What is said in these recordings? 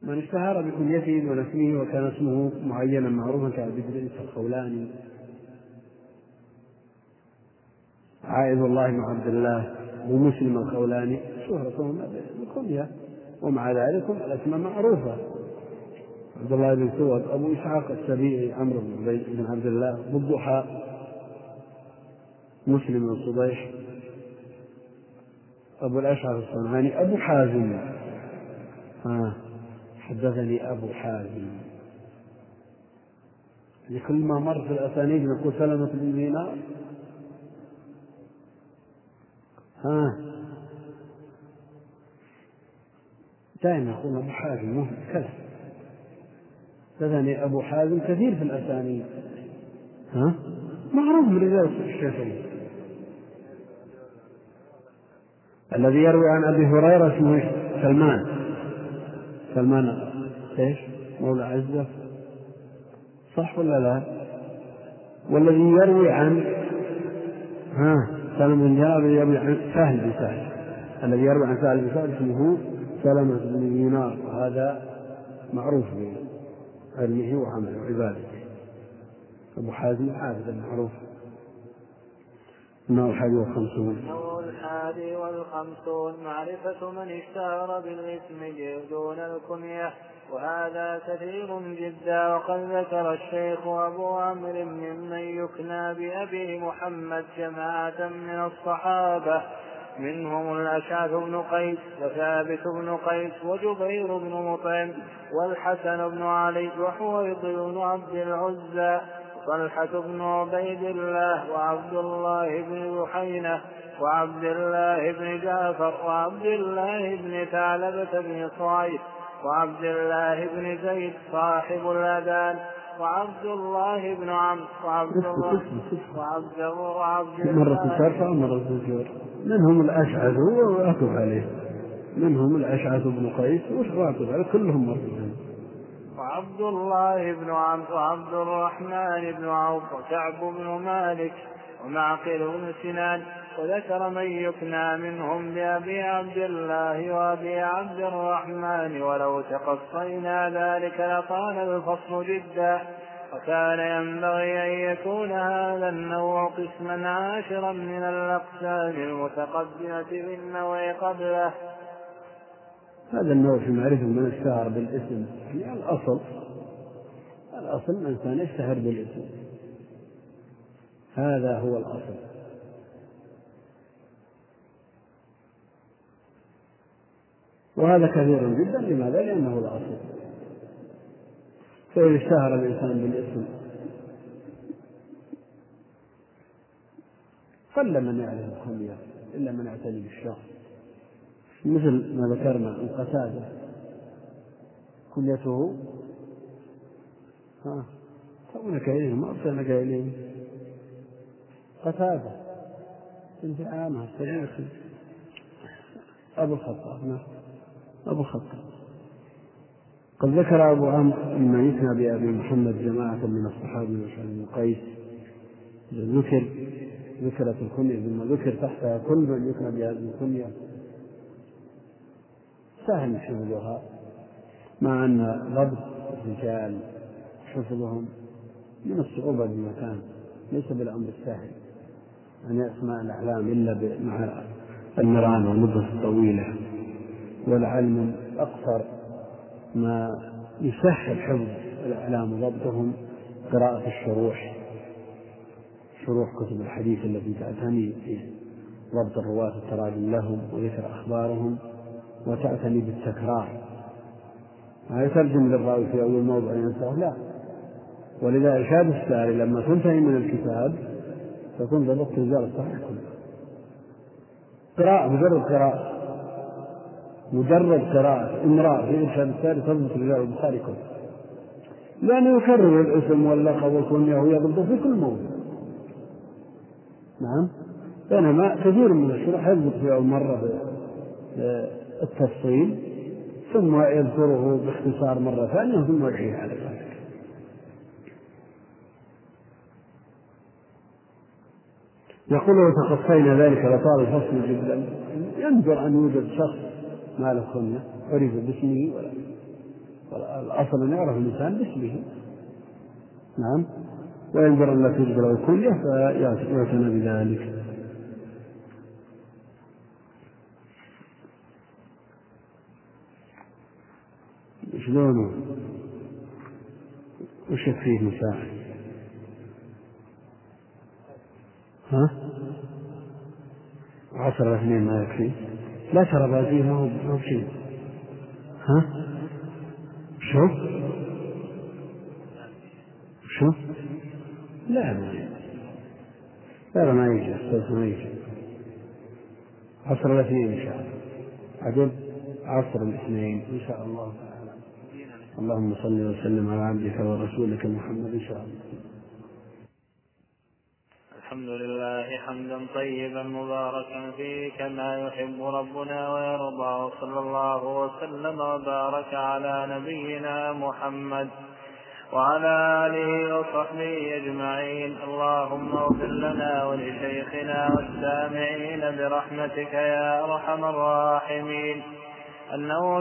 من اشتهر بكنيته دون اسمه وكان اسمه معينا معروفا كأبي إدريس الخولاني، عائذ الله بن عبد الله ومسلم الخولاني، شهرتهم بالكنية، ومع ذلك الأسماء معروفة: عبد الله بن سود، أبو إسحاق السبيعي، عمرو بن عبد الله، بالضحى، مسلم بن صبيح، أبو الأشعث الصنعاني، أبو حازم. حدثني أبو حازم. لكل ما مر في الأسانيد نقول سلمة بن دينار. دائما يقول أبو حازم مهم كذا. حدثني أبو حازم كثير في الأسانيد، معروف من رجال الشيخين. الذي يروي عن أبي هريرة اسمه سلمان إيش مولى عزة، صح ولا لا؟ والذي يروي عن سلم بن جابر يروي عن سهل بن سهل، الذي يروي عن سهل بن سهل اسمه سلمة بن دينار، وهذا معروف بعلمه وعمله وعبادته. أبو حازم حافظ معروف. النوع 51. النوع 51 معرفة من اشتهر بالاسم دون الكنية، وهذا كثير جدا. وقد ذكر الشيخ أبو عمرو ممن يكنى بأبي محمد جماعة من الصحابة، منهم الأشعث بن قيس وثابت بن قيس وجبير بن مطعم والحسن بن علي وحويط بن عبد العزى وطلحة بن عبيد الله وعبد الله بن يحينة وعبد الله بن جعفر وعبد الله بن ثعلبة بن صعيب وعبد الله بن زيد صاحب الأذان وعبد الله بن عمرو وعبد مرة ترفع مرة تجر. منهم الأشعث وأكتب عليه، منهم الأشعث بن قيس وأكتب عليه، كلهم مرتين. وعبد الله بن عمرو وعبد الرحمن بن عوف وكعب بن مالك ومعقل بن سنان. وذكر من يكنى منهم بأبي عبد الله وأبي عبد الرحمن، ولو تقصينا ذلك لطال الفصل جدا. وكان ينبغي أن يكون هذا النوع قسما عاشرا من الأقسام المتقدمة بالنوع قبله. هذا النوع في معرفة من اشتهر بالاسم، يعني الأصل الإنسان يشتهر بالاسم، هذا هو الأصل. وهذا كثير جدا. لماذا؟ لأنه الأصل. فإذا اشتهر الإنسان بالاسم قل من يعرف الكنية إلا من اعتني بالشخص، مثل ما ذكرنا عن قتادة كنيته كونك إليه ما أرسلناك إليه، قتادة بنت عامة السلوسي أبو الخطاب. قد ذكر أبو عمرو مما يكنى بأبي محمد جماعة من الصحابة وشعب قيس، ذكرت الكنية ثم ذكر تحتها كل من يكنى بهذه الكنية، سهل حفظها، مع أن ضبط الرجال حفظهم من الصعوبة بمكان، ليس بالأمر السهل أن أسماء الأعلام إلا مع النيران والمدة الطويلة، والعلم أقصر ما يسهل حفظ الأعلام وضبطهم قراءة شروح كتب الحديث التي تعتني بضبط الرواة التراجم لهم وذكر أخبارهم وتعتني بالتكرار، ما يترجم للراوي في أول موضع ينساه، لا. ولذا إرشاد الساري لما تنتهي من الكتاب تكون ضبط رجال الصحيح كله، مجرد قراءة امرأة في إرشاد الساري تضبط رجال البخاري كله، لأنه يكرر الاسم واللقب والكنية ويضبط في كل موضع. نعم. بينما كثير من الشروح يضبط في أول مرة التفصيل ثم يذكره باختصار مرة ثانية ثم يحيي على ذلك. يقول وتقصينا ذلك لطال الفصل جدا. ينظر أن يوجد شخص ما له كنية عرف باسمه ولا أصلا يعرف الإنسان باسمه. نعم. وينظر أن لا توجد له كلية فيعتنى بذلك. شلونه وش فيه مساعد؟ ها؟ 10 2 ما يكفي؟ لا ترى بازيه ما هو بشيء. ها؟ شو؟ لا ما يجي أستاذ، ما يجي 10 2 إن شاء الله. عقب 10 2 إن شاء الله تعالى. اللهم صل وسلم على عبدك ورسولك محمد إن شاء الله. الحمد لله حمدا طيبا مباركا فيه كما يحب ربنا ويرضى، وصلى الله وسلم وبارك على نبينا محمد وعلى آله وصحبه أجمعين. اللهم اغفر لنا ولشيخنا والسامعين برحمتك يا أرحم الراحمين. النوع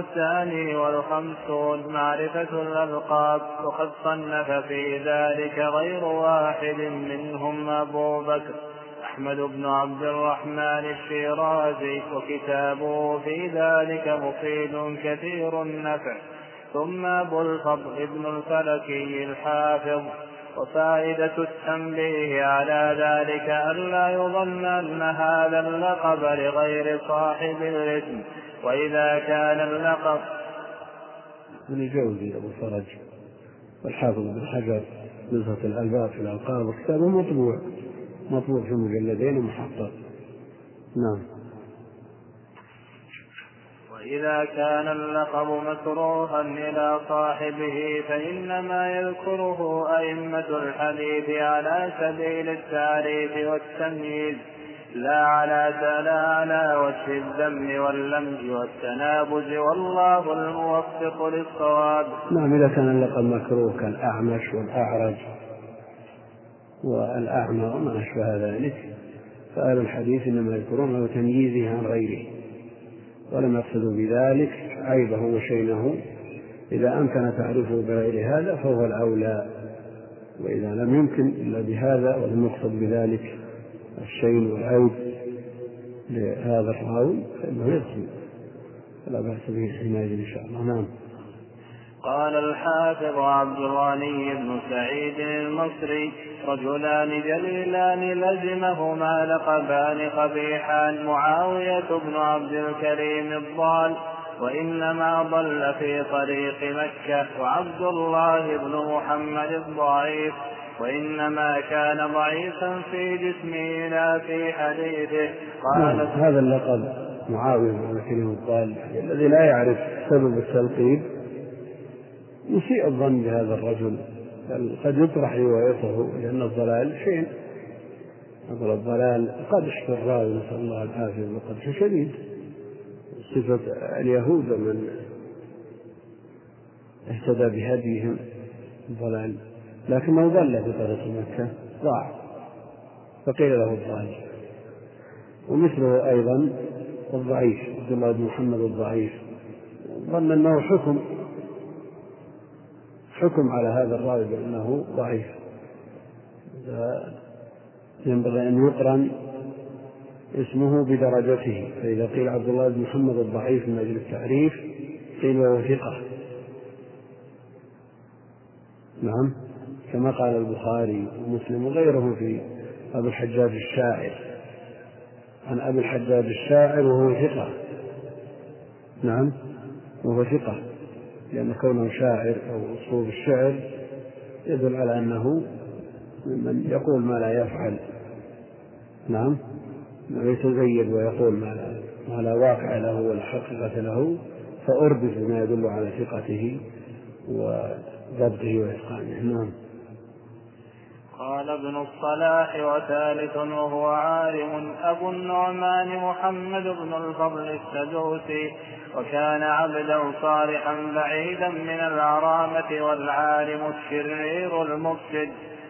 52 معرفة الألقاب، وقد صنف في ذلك غير واحد منهم أبو بكر أحمد بن عبد الرحمن الشيرازي، وكتابه في ذلك مفيد كثير النفع. ثم أبو الفضل بن الفلكي الحافظ. وفائدة التنبيه على ذلك ألا يظن أن هذا اللقب لغير صاحب الاسم، وإذا كان اللقب من الجوزي أبو فرج والحافظ بن حجر نزهة الألباب في الألقاب، وكتابه مطبوع في مجلدين محقق. نعم. وإذا كان اللقب مكروها إلى صاحبه فإنما يذكره أئمة الحديث على سبيل التعريف والتمييز، لا على وجه الذم واللمز والتنابز، والله الموفق للصواب. نعم. إذا كان اللقب مكروه كالأعمش والأعرج والأعمى وما أشبه ذلك، فأهل الحديث إنما يذكرونه وتمييزه عن غيره، ولم يقصدوا بذلك عيبه وشينه. إذا أمكن تعريفه بغير هذا فهو الأولى، وإذا لم يمكن إلا بهذا ولم يقصد بذلك الشين والعيب لهذا الراوي فإنه يدخل، فلا بأس به حينئذ إن شاء الله. نعم. قال الحافظ عبد الغني بن سعيد المصري: رجلان جليلان لزمهما لقبان قبيحان، معاوية بن عبد الكريم الضال وإنما ضل في طريق مكة، وعبد الله بن محمد الضعيف وإنما كان ضعيفا في جسمه لا في حديثه. قال هذا اللقب معاوية بن عبد الكريم الضال الذي لا يعرف سبب التلقيب يسيء الظن بهذا الرجل، قد يطرح روايته لأن الضلال شيء، الضلال قد اشتر الراوي نسأل الله العافية وقد شديد، صفة اليهود من اهتدى بهديهم الضلال، لكنه ضل في طريق مكة ضاع فقيل له الضال. ومثله أيضا الضعيف عبد الله بن محمد الضعيف، ظن أنه حكم على هذا الراوي بأنه ضعيف، ينبغي أن يقرن اسمه بدرجته، فإذا قيل عبد الله بن محمد الضعيف من أجل التعريف قيل وهو ثقة. نعم. كما قال البخاري ومسلم وغيره في أبي الحجاج الشاعر، عن أبي الحجاج الشاعر وهو ثقة. نعم. وهو ثقة، لأن كونه شاعر أو أسلوب الشعر يدل على أنه ممن يقول ما لا يفعل. نعم. يتزيد ويقول ما لا واقع له ولا حقيقة له، فأردف بما يدل على ثقته وضبطه وإتقانه. نعم. قال ابن الصلاح: وثالث وهو عالم أبو النعمان محمد بن الفضل السدوسي، وكان عبدا صالحا بعيدا من العرامة، والعالم الشرير المفسد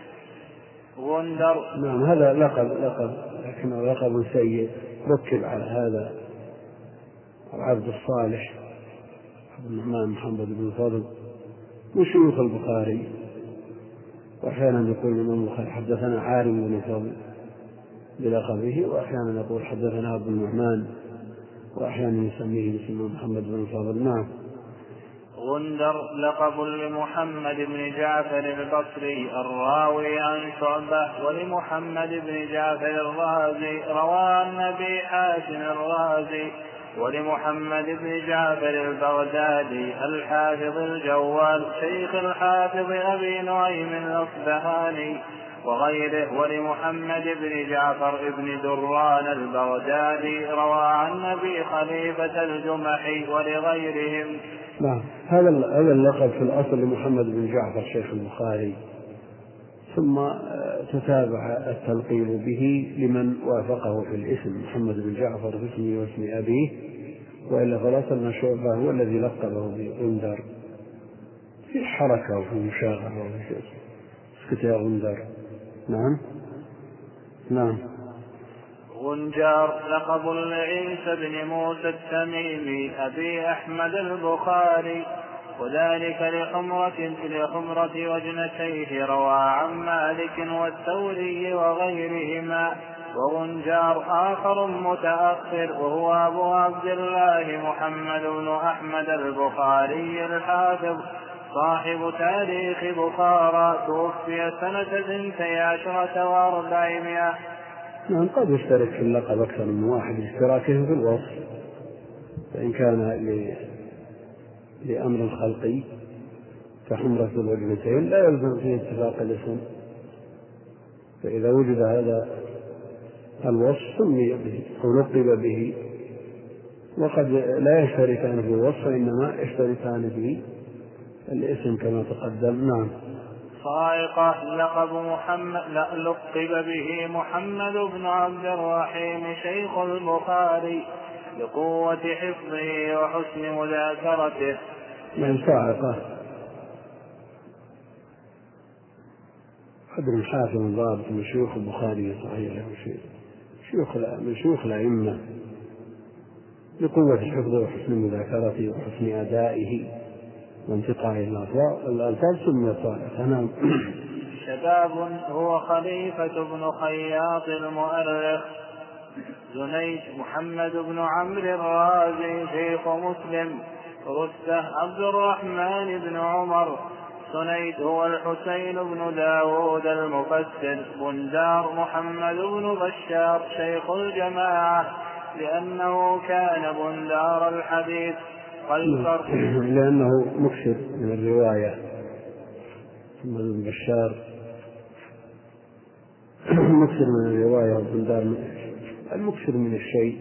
غندر. نعم. هذا لقب لكنه لقب سيء ركب على هذا العبد الصالح أبو النعمان محمد بن الفضل وشيوخ البخاري. وأحيانا يقول الإمام البخاري حدثنا عارم بن فضل بلقبه، وأحيانا يقول حدثنا أبو النعمان، وأحيانا يسميه باسم محمد بن فضل. نعم. غندر لقب لمحمد بن جعفر البصري الراوي عن شعبة، ولمحمد بن جعفر الرازي روى عن أبي حاتم الرازي، ولمحمد بن جعفر البغدادي الحافظ الجوال شيخ الحافظ أبي نعيم الأصبهاني وغيره، ولمحمد بن جعفر بن دران البغدادي روى عن أبي خليفة الجمحي ولغيرهم. نعم. هذا اللقب في الأصل لمحمد بن جعفر شيخ البخاري، ثم تتابع التلقيب به لمن وافقه في الاسم، محمد بن جعفر في اسمه واسم أبيه، وإلا فالأصل أن شعبة هو الذي لقبه بغندر في حركة وفي مشاغبة وفي اسكت يا غندر. نعم. نعم. غنجار لقب لعيسى بن موسى التميمي أبي أحمد البخاري، وذلك لحمرة وجنتيه، روى عن مالك والثوري وغيرهما. وغنجار آخر متأخر وهو أبو عبد الله محمد بن أحمد البخاري الحافظ صاحب تاريخ بخارى، توفي سنة 12 و400. نعم. قد يشترك في اللقب أكثر من واحد اشتراكه في الوصف، فإن كان لأمر خلقي كحمرة الوجنتين لا يلزم فيه اتفاق الاسم، فإذا وجد هذا الوصف سمي به أو لقب به، وقد لا يشتركان في الوصف إنما يشتركان في الاسم كما تقدم. نعم. صاعقة لقب به محمد بن عبد الرحيم شيخ البخاري لقوة حفظه وحسن مذاكرته. من صاعقة قدر حافظ ضابط من شيوخ البخاري صحيح، من شيوخ الأئمة لقوة حفظه وحسن مذاكرته وحسن أدائه وانتقائه الألفاظ سمي صاعقة. نعم. شباب هو خليفة بن خياط المؤرخ. زنيد محمد بن عمرو الرازي شيخ مسلم. رسته عبد الرحمن بن عمر. سنيد هو الحسين بن داود المفسر. بندار محمد بن بشار شيخ الجماعة لأنه كان بندار الحديث. لأنه مكثر من الرواية. محمد بن بشار مكثر من الرواية، وبندار المكثر من الشيء،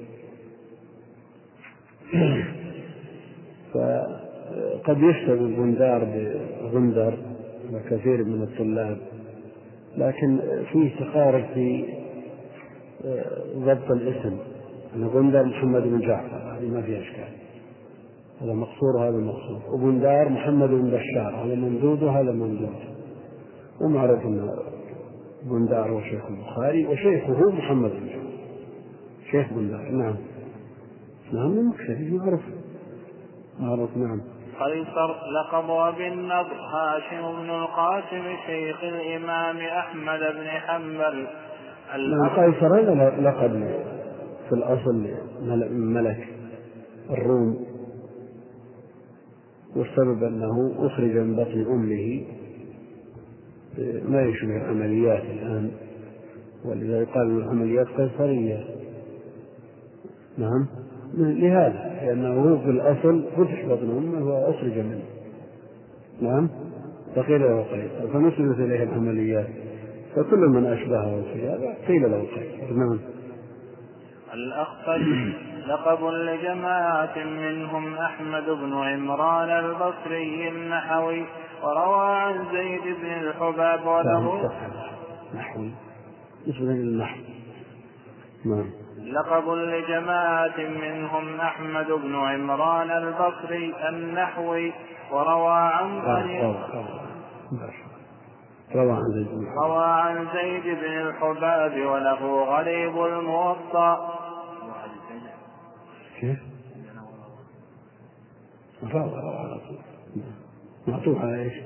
فقد يشتغل بندار بغندر وكثير من الطلاب، لكن فيه تقارب في ضبط الاسم. أنا غندر محمد بن جعفر هذه ما فيها إشكال، هذا مقصور وهذا مقصور. وبندار محمد بن بشار هذا ممدود وهذا ممدود، ومعروف أن بندار هو شيخ البخاري وشيخه محمد بن جعفر شيخ بندار. نعم. نعم. من مكتفي معروف. نعم. قيصر لقب أبي النضر هاشم بن القاسم شيخ الإمام أحمد بن حنبل. قيصر هذا لقب في الأصل ملك الروم، والسبب أنه أخرج من بطن أمه ما يشبه العمليات الآن، ولذا يقال العمليات قيصرية. نعم. لهذا لأنه في الأصل فتح بطن أمه وأخرج منه. نعم. فقيل له قيصر، فنسبت إليه العمليات، فكل من أشبهه في هذا قيل له قيصر. نعم. الأخفل لقب لجماعة منهم أحمد بن عمران البصري النحوي، وروى عن زيد بن الحباب وله نحوي نسبة للنحو. نعم. لقب لجماعة منهم أحمد بن عمران البصري النحوي، وروى عن روى عن زيد بن الحباب وله غريب الموطأ. كيف؟ معطوف على إيش؟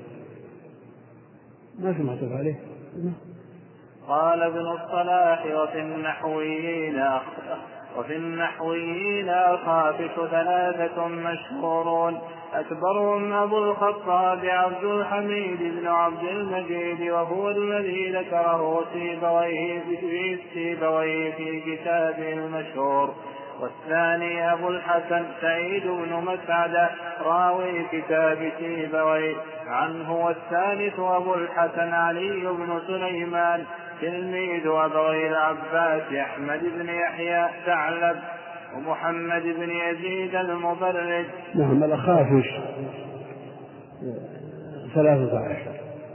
ما في معطوف عليه. قال ابن الصلاح وفي النحويين الخافش ثلاثة مشهورون، أكبرهم أبو الخطاب عبد الحميد بن عبد المجيد، وهو الذي ذكره سيبويه في كتابه المشهور. والثاني أبو الحسن سعيد بن مسعدة راوي كتاب سيبويه عنه. والثالث أبو الحسن علي بن سليمان تلميذ أبوي العباس أحمد بن يحيى ثعلب ومحمد بن يزيد المبرد. نعم. الأخافش 13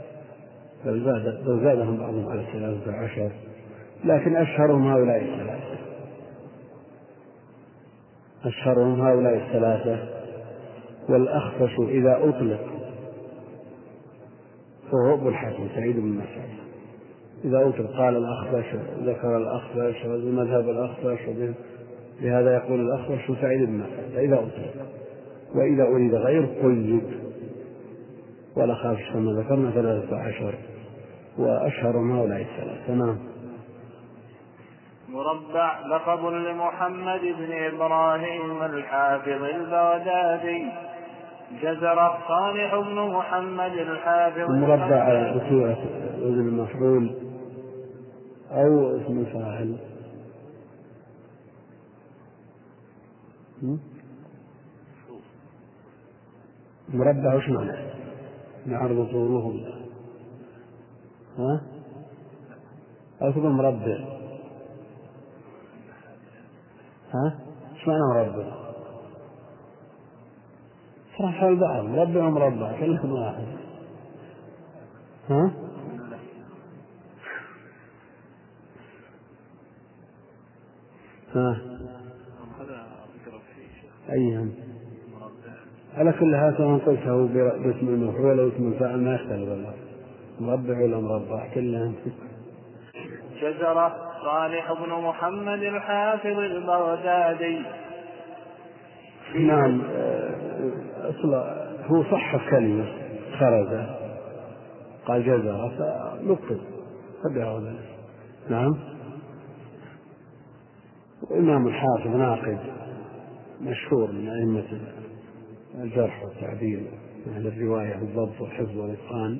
بل زادهم بعضهم على 13، لكن أشهرهم هؤلاء الثلاثة. والأخفش إذا أطلق فهو أبو الحسن سعيد بن مسعود. إذا أطلق قال الأخفش، ذكر الأخفش ومذهب الأخفش، بهذا يقول الأخفش سعيد بن مسعود إذا أطلق. وإذا أريد غير قيد. والأخفش كما ذكرنا 13، وأشهرهم هؤلاء الثلاثة. نعم. مربع لقب لمحمد بن إبراهيم الحافظ البغدادي. جزرة صالح بن محمد الحافظ. مربع بصورة وزن المفعول أو اسم الفاعل. مربع وش معنى؟ نعرض طوله أو تقول مربع. ايش معنى مربع؟ صراحة حول بعض، مربع ومربع كلهم واحد. أيهم على كل هذا سواء قلته باسم المفعول أو اسم الفاعل ما يختلف الله، مربع ولا مربع كلهم. جزرة صالح بن محمد الحافظ البغدادي. نعم. أصلا هو صح كلمة خرج قال جزرة فنقصد فبهذا. نعم. وإمام الحافظ ناقد مشهور من أئمة الجرح والتعديل أهل الرواية والضبط والحفظ والإتقان،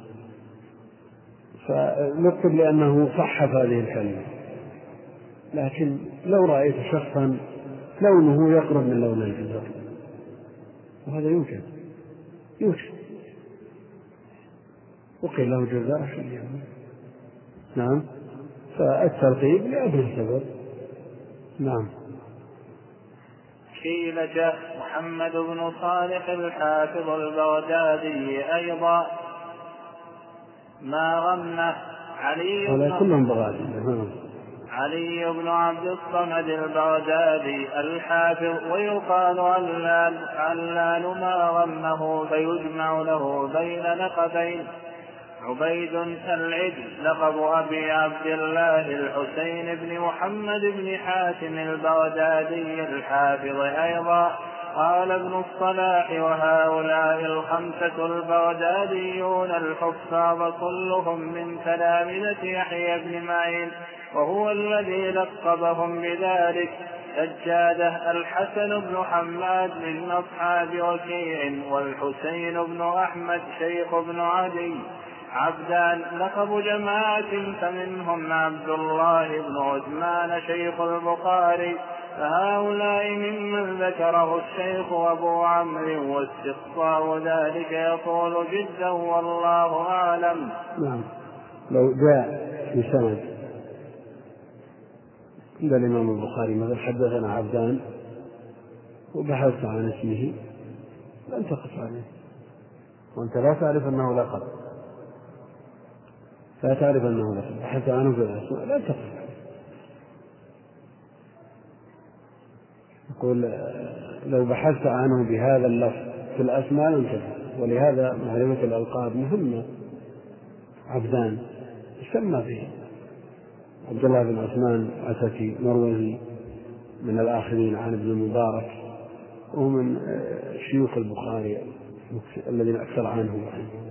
فنكتب لأنه صحف هذه الكلمة. لكن لو رأيت شخصا لونه يقرب من لون الجزر، وهذا يمكن وقيل له جزر شيئا. نعم. فالترتيب لأجل السبب. نعم. شيلة محمد بن صالح الحافظ البغدادي أيضا. ما غمه علي بن عبد الصمد البغدادي الحافظ، ويقال علان ما غمه فيجمع له بين لقبين. عبيد العد لقب أبي عبد الله الحسين بن محمد بن حاتم البغدادي الحافظ أيضا. قال ابن الصلاح وهؤلاء الخمسة البغداديون الحفاظ كلهم من تلامذة يحيى بن معين، وهو الذي لقبهم بذلك. سجادة الحسن بن حماد من أصحاب وكيع، والحسين بن أحمد شيخ بن عدي. عبدان لقب جماعة فمنهم عبد الله بن عثمان شيخ البخاري، فهؤلاء ممن ذكره الشيخ أبو عمرو، واستقصاء ذلك يطول جدا والله أعلم. نعم. لو جاء في سند عند الإمام البخاري مثلا حدثنا عبدان وبحثت عن اسمه لن تقف عليه، وأنت لا تعرف أنه لقب، بحثت عنه في الأسماء لا تقف عليه. يقول لو بحثت عنه بهذا اللفظ في الأسماء لن تقف. ولهذا معرفة الألقاب مهمة. عبدان يسمى به عبد الله بن عثمان عتكي مروزي من الآخرين عن ابن المبارك، وهو من شيوخ البخاري الذين أكثر عنه.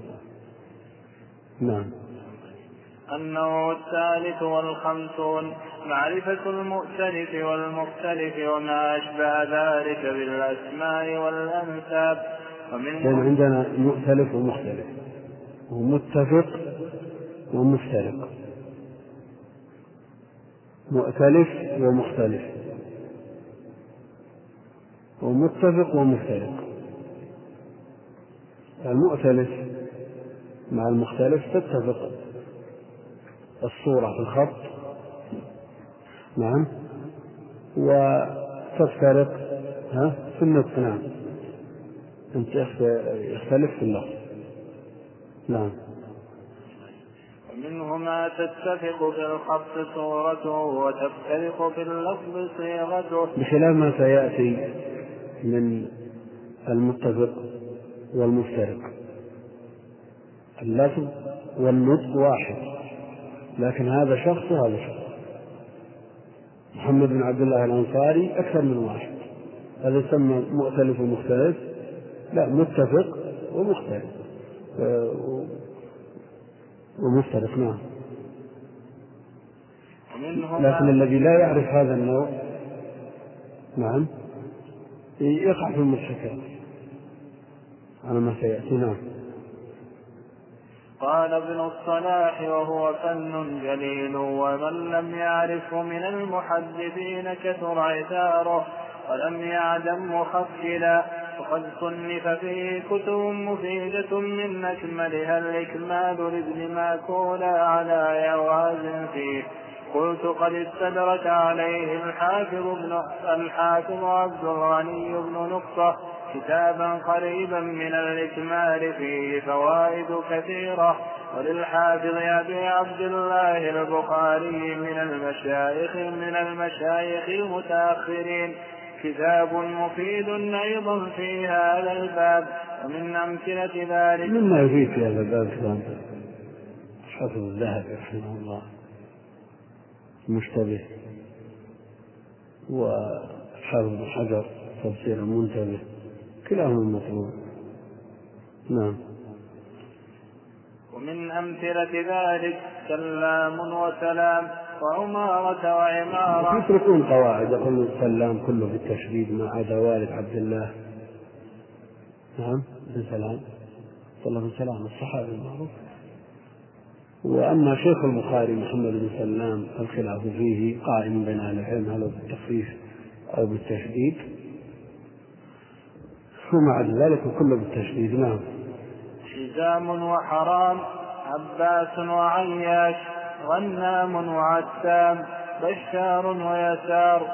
نعم. النوع الثالث والخمسون معرفة المؤتلف والمختلف وما أشبه ذلك بالأسماء والأنساب. لأن عندنا مؤتلف ومختلف ومتفق ومفترق. مؤتلف ومختلف ومتفق ومفترق. المؤتلف مع المختلف تتفق الصورة في الخط، نعم، وتفترق في النطق، نعم، يختلف في اللفظ، نعم. ومنه ما تتفق في الخط صورته وتفترق في اللفظ صيغته، بخلاف ما سيأتي من المتفق والمفترق. اللفظ والنطق واحد، لكن هذا شخص وهذا شخص. محمد بن عبد الله الأنصاري أكثر من واحد، هذا يسمى مؤتلف ومختلف؟ لا، متفق ومختلف ومفترق، نعم. لكن الذي لا يعرف هذا النوع، نعم، يقع في المشكلات على ما سيأتي، نعم. قال ابن الصلاح وهو فن جليل ومن لم يعرفه من المحدثين كثر عثاره ولم يعدم مخفلا، وقد صنف فيه كتب مفيدة من أكملها الإكمال لابن ماكولا على جواز فيه. قلت قد استدرك عليه الحافظ عبد الغني بن نقطة كتابا قريبا من الإكمال فيه فوائد كثيرة. وللحافظ أبي عبد الله البخاري من المشايخ المتأخرين كتاب مفيد أيضا في هذا الباب. ومن أمثلة ذلك مما يفيد في هذا الباب حافظ الذهبي رحمه الله مشتبه، وحافظ بن حجر تفسير المنتبه، كلاهما مطلوب، نعم. ومن أمثلة ذلك سلام وسلام وعمارة وعمارة. يتركون قواعد، يقول السلام كله بالتشديد ما عدا والد عبد الله، نعم، بن سلام، صلى الله عليه وسلم الصحابي المعروف. وأما شيخ البخاري محمد بن سلام الخلاف فيه قائم بين أهل العلم هل بالتخفيف أو بالتشديد، وما عدا ذلك كله بالتشديد، نعم. حزام وحرام عباس وعياش غنام وعتام بشار ويسار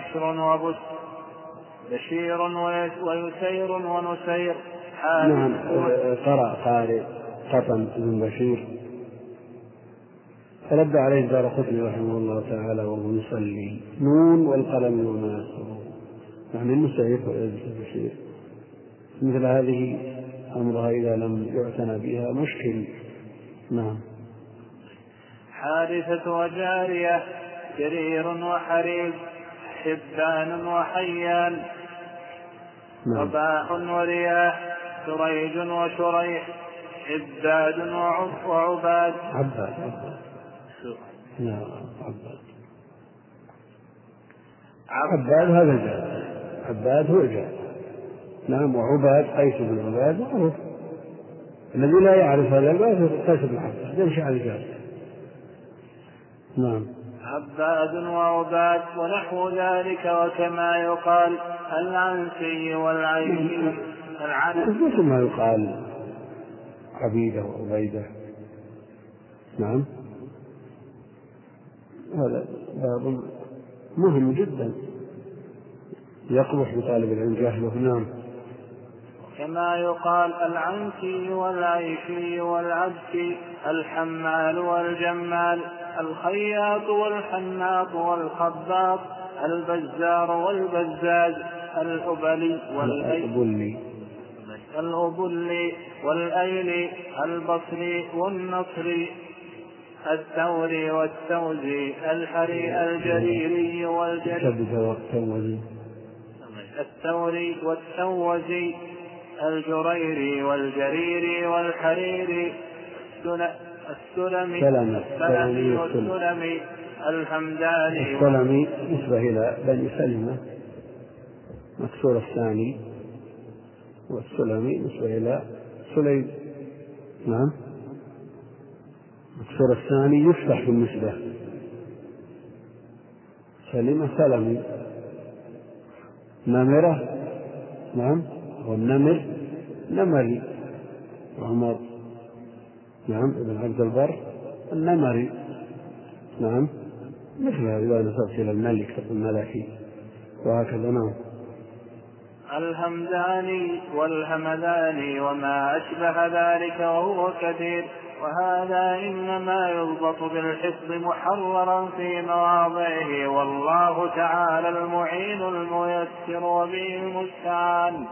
بشير ويسير ونسير. نعم. قرأ قارئ قطن بن بشير فرد عليه الدارقطني رحمه الله تعالى وهو يصلي نون والقلم وما يسطرون، يعني المسير والبشير. مثل هذه أمرها إذا لم يعتنى بها مشكل، نعم. حارثة وجارية جرير وحريز حبان وحيان رباح ورياح سريج وشريح عباد وعباد. عباد هذا جاد، عباد هو جاد، نعم. وعباد قيس بن عباد معروف، الذي لا يعرف هذا الباب قيس بن عباد يمشي على الجاد، نعم. عباد وعباد ونحو ذلك. وكما يقال العنسي والعيشي مثل ما يقال عبيدة وعبيدة، نعم. هذا باب مهم جدا يقبح بطالب العلم جهله، نعم. كما يقال العنسي والعيشي والعبسي الحمال والجمال الخياط والحناط والخباط البزار والبزاز الأبلي والأيلي البصري والنصري الثوري والتوزي الجريري والجريري الثوري والتوزي الجريري والجريري والحريري السلمي والسلمي الحمداني. السلمي نسبة إلى بني سلمة مكسور الثاني، والسلمي نسبة إلى سليم. نعم، مكسور الثاني يفتح بالنسبة، سلمة سلمي. نمرة، نعم، والنمر نمري، وعمر نعم ابن عبد البر النمري. نعم، مثل إذا نسبت إلى الملك تقول ملكي، وهكذا. نعم. الهمداني والهمداني وما أشبه ذلك وهو كثير، وهذا إنما يضبط بالحفظ محررا في مواضعه، والله تعالى المعين الميسر وبه المستعان.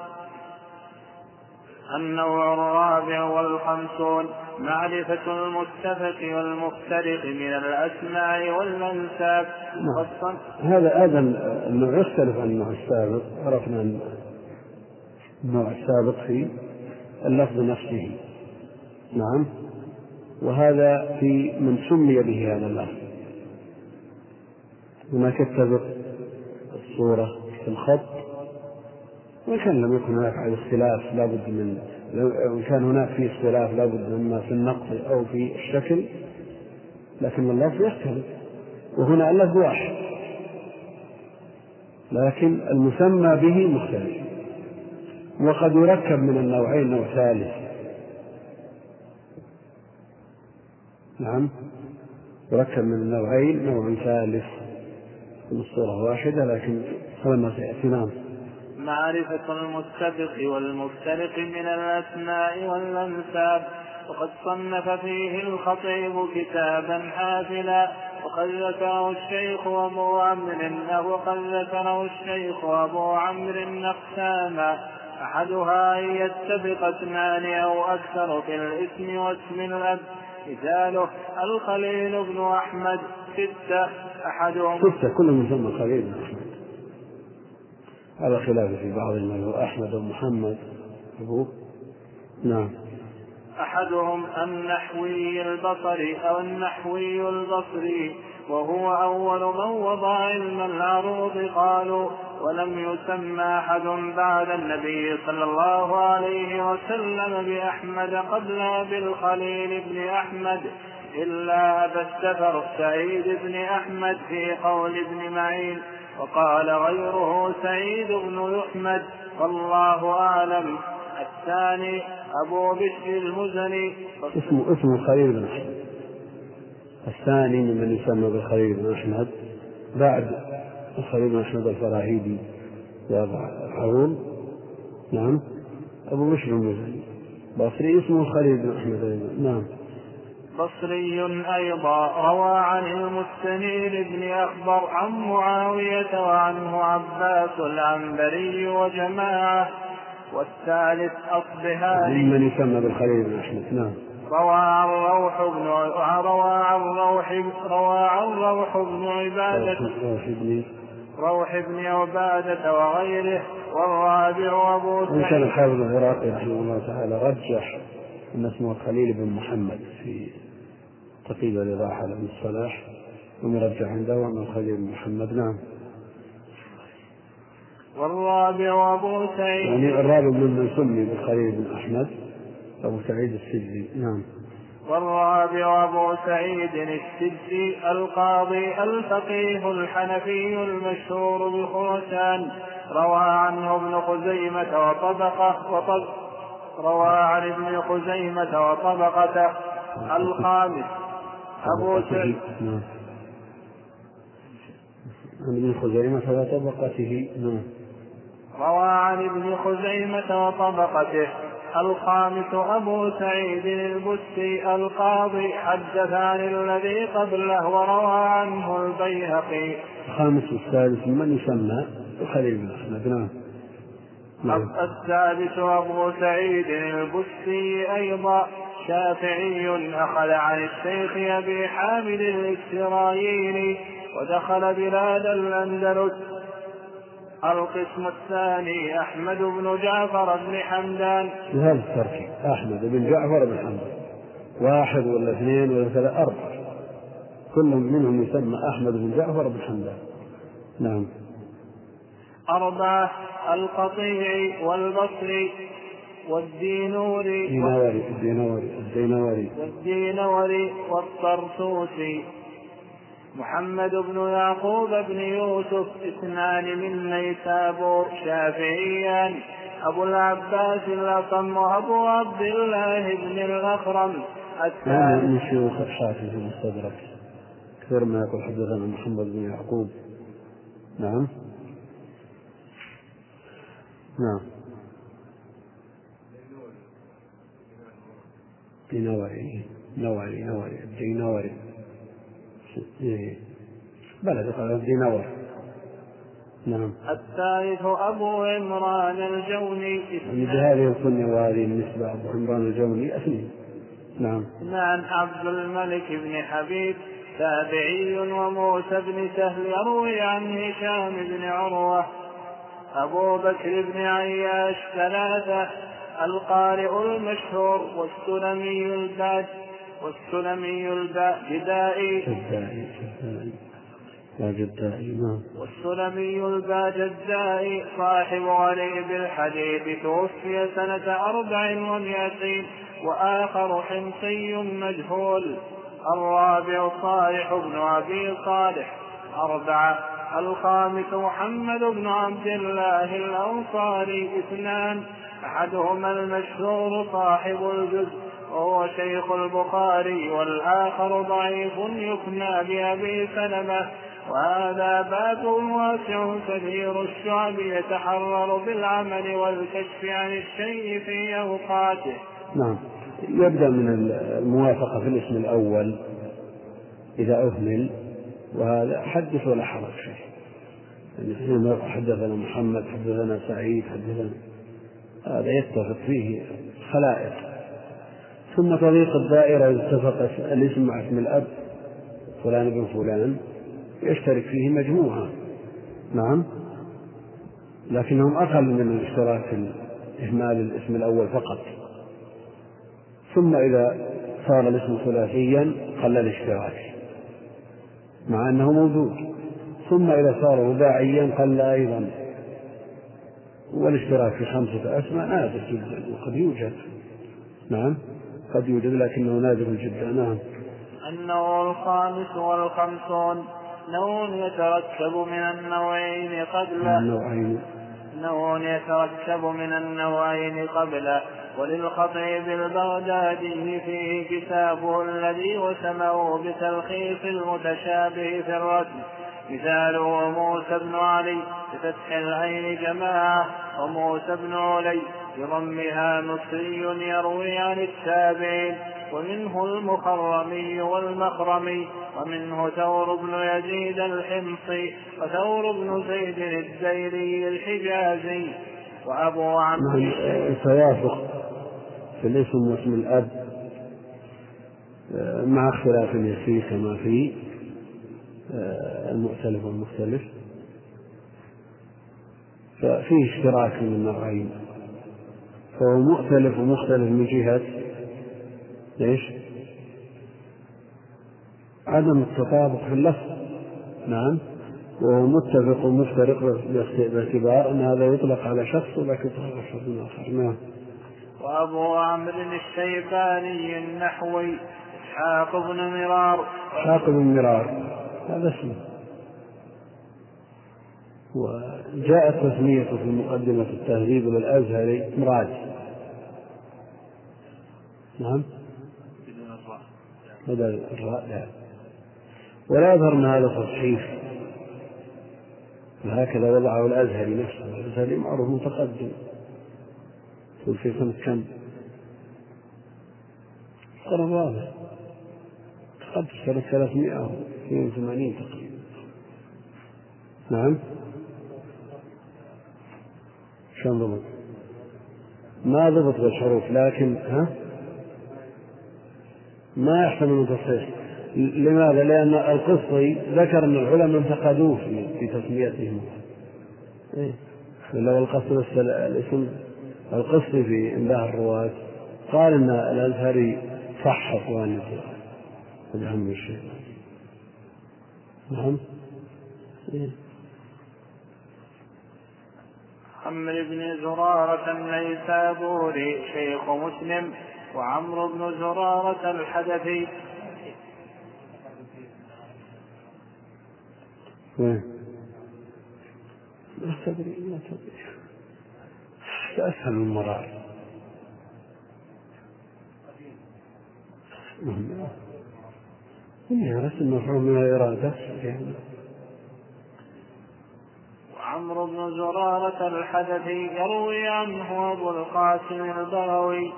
النوع الرابع والخمسون معرفة المتفق والمفترق من الأسماء والأنساب. هذا النوع يختلف عن النوع السابق. عرفنا أن النوع السابق في اللفظ نفسه، نعم، وهذا في من سمي به هذا اللفظ. هناك التفق الصورة في الخط، وإن كان لم يكن هناك اختلاف لابد من، وإن كان هناك في اختلاف لابد مما في النقص أو في الشكل، لكن اللفظ يختلف، وهنا اللفظ واحد لكن المسمى به مختلف. وقد يركب من النوعين نوع ثالث، نعم، يركب من النوعين نوع ثالث من الصورة واحدة، لكن كما سيأتي. نعم. معرفة المتفق والمفترق من الأسماء والأنساب. وقد صنف فيه الخطيب كتابا حافلا، وقد ذكره الشيخ أبو عمرو النقساما. أحدها أن يتفق اثنان أو أكثر في الاسم واسم الأب. مثاله الخليل بن أحمد 6، أحدهم 6 كلهم يسمى الخليل بن أحمد، على خلاف في بعض المذهب أحمد ومحمد أبوه. نعم. أحدهم النحوي البصري أو النحوي البصري، وهو أول من وضع علم العروض. قالوا ولم يسمى أحد بعد النبي صلى الله عليه وسلم بأحمد قبل بالخليل بن أحمد إلا أبا السفر سعيد بن أحمد في قول ابن معين، وقال غيره سعيد بن يحمد، والله أعلم. الثاني أبو بشر المزني، اسمه الخليل بن أحمد. الثاني من يسمى بالخليل بن أحمد بعد الخليل بن أحمد الفراهيدي والعرول، نعم، أبو بشر المزني بصري اسمه الخليل بن أحمد. نعم. بصري أيضا روى عن المستنير بن أخبر عن معاوية وعنه عباس العنبري وجماعة. والثالث أصبهاني من يسمى بالخليل بن أحمد. نعم. روى عن روح بن عبادة وغيره. والرابع أبو سعيد. كان الحافظ العراقي رحمه الله تعالى رجح أن اسمه الخليل بن محمد في تقييد الإضاحة لابن الصلاح، ومرجح عنده أن الخليل بن محمد. نعم. والرابع أبو سعيد، يعني الرابع من سمي بالخليل بن أحمد أبو سعيد السجزي. نعم. والرابع أبو سعيد السجزي القاضي الفقيه الحنفي المشهور بخراسان. روى عنه ابن خزيمة وطبقته. الخامس أبو سعيد عن ابن خزيمة وطبقته. روى عن ابن خزيمة وطبقته. الخامس أبو سعيد البستي القاضي حدث عن الذي قبله وروى عنه البيهقي. الخامس والسادس من يسمى الخليل بن أحمد. نعم. السادس أبو سعيد البستي أيضا شافعي، أخذ عن الشيخ أبي حامد الإسرائيلي، ودخل بلاد الأندلس. القسم الثاني أحمد بن جعفر بن حمدان. بهذا التركيب أحمد بن جعفر بن حمدان، واحد ولا اثنين ولا ثلاثة أربعة، كل منهم يسمى أحمد بن جعفر بن حمدان. نعم. أربعة القطيع والبصري والدينوري والدينوري والطرسوسي. محمد بن يعقوب بن يوسف اثنان من نيسابور شافعيان، أبو العباس الأصم وأبو عبد الله بن الأخرم. الثالث من شيوخ الشافعي في المستدرك كثير ما يقول حدثنا محمد بن يعقوب. نعم. دينوري بلد قال دينور. نعم. الثالث أبو عمران الجوني بهذه الكنية وهذه النسبة أبو عمران الجوني أثنين. نعم. عبد الملك بن حبيب تابعي وموسى بن سهل يروي عن هشام بن عروة. أبو بكر بن عياش ثلاثة القارئ المشهور والسلمي الباجدائي صاحب غريب الحديث توفي سنة 400 وآخر حمصي مجهول. الرابع صالح بن أبي صالح. أربعة الخامس محمد بن عبد الله الأنصاري اثنان، أحدهما المشهور صاحب الجزء وهو شيخ البخاري، والآخر ضعيف يكنى بأبي سلمة. وهذا باب واسع كثير الشعب يتحرر بالعمل والكشف عن الشيء في أوقاته. نعم. يبدأ من الموافقة في الاسم الأول إذا أهمل، وهذا حدث ولا حرج فيه، يعني حدثنا محمد، حدثنا سعيد، حدثنا، هذا يتفق فيه خلائق. ثم طريق الدائرة إذا اتفق الاسم مع اسم الأب فلان بن فلان يشترك فيه مجموعة. نعم. لكنهم أقل من الاشتراك في إهمال الاسم الأول فقط. ثم إذا صار الاسم ثلاثيا قل الاشتراك مع أنه موجود. ثم إذا صار رباعيا قل أيضا، والاشتراك في 5 أسماء نادر جدا وقد يوجد. نعم قد يوجد لكنه نادر جدا. نعم. النوع الخامس والخمسون نوع يتركب من النوعين قبله. وللخطيب البغدادي فيه كتابه الذي وسمه بتلخيص المتشابه في الرسم، مثاله موسى بن علي بفتح العين جماعة، وموسى بن علي بضمها مصري يروي عن التابعين، ومنه المخرمي والمخرمي، ومنه ثور بن يزيد الحمصي، وثور بن زيد الديلي الحجازي. وأبو عمرو التوافق في الاسم واسم الأب مع اختلاف يسير كما في المؤتلف والمختلف، ففيه اشتراك من النوعين، فهو مؤتلف ومختلف من جهة ليش؟ عدم التطابق في اللفظ. نعم. وهو متفق ومفترق باعتبار أن هذا يطلق على شخص ولكن يطلق على شخص آخر. نعم. وأبو عمرو الشيباني النحوي إسحاق بن مرار هذا اسمه، وجاءت تسميته في مقدمة التهذيب للأزهري مراد. نعم. بدل الراء لا، ولا يظهر أن هذا تصحيف، وهكذا وضعه الأزهري نفسه. الأزهري معروف متقدم في سنة كم؟ قرن واضح تقدم سنة 382 تقريبا. نعم. شلون ضبط؟ ما ضبط بالحروف، لكن ما يحتمل التصحيح. لماذا؟ لأن القصي ذكر أن العلماء انتقدوه في تسميتهم، إيه. لو القصد الاسم القصد في إنباه الرواة قال إن الأزهري صحف والد هذا أهم شيء. نعم. إيه. عمرو بن زرارة النيسابوري شيخ مسلم، وعمرو بن زرارة الحدثي. وين؟ ما تدري أسهل من مرار. هي رسم مفهوم من الإرادة. وعمرو بن زرارة الحدثي يروي عنه أبو القاسم البغوي.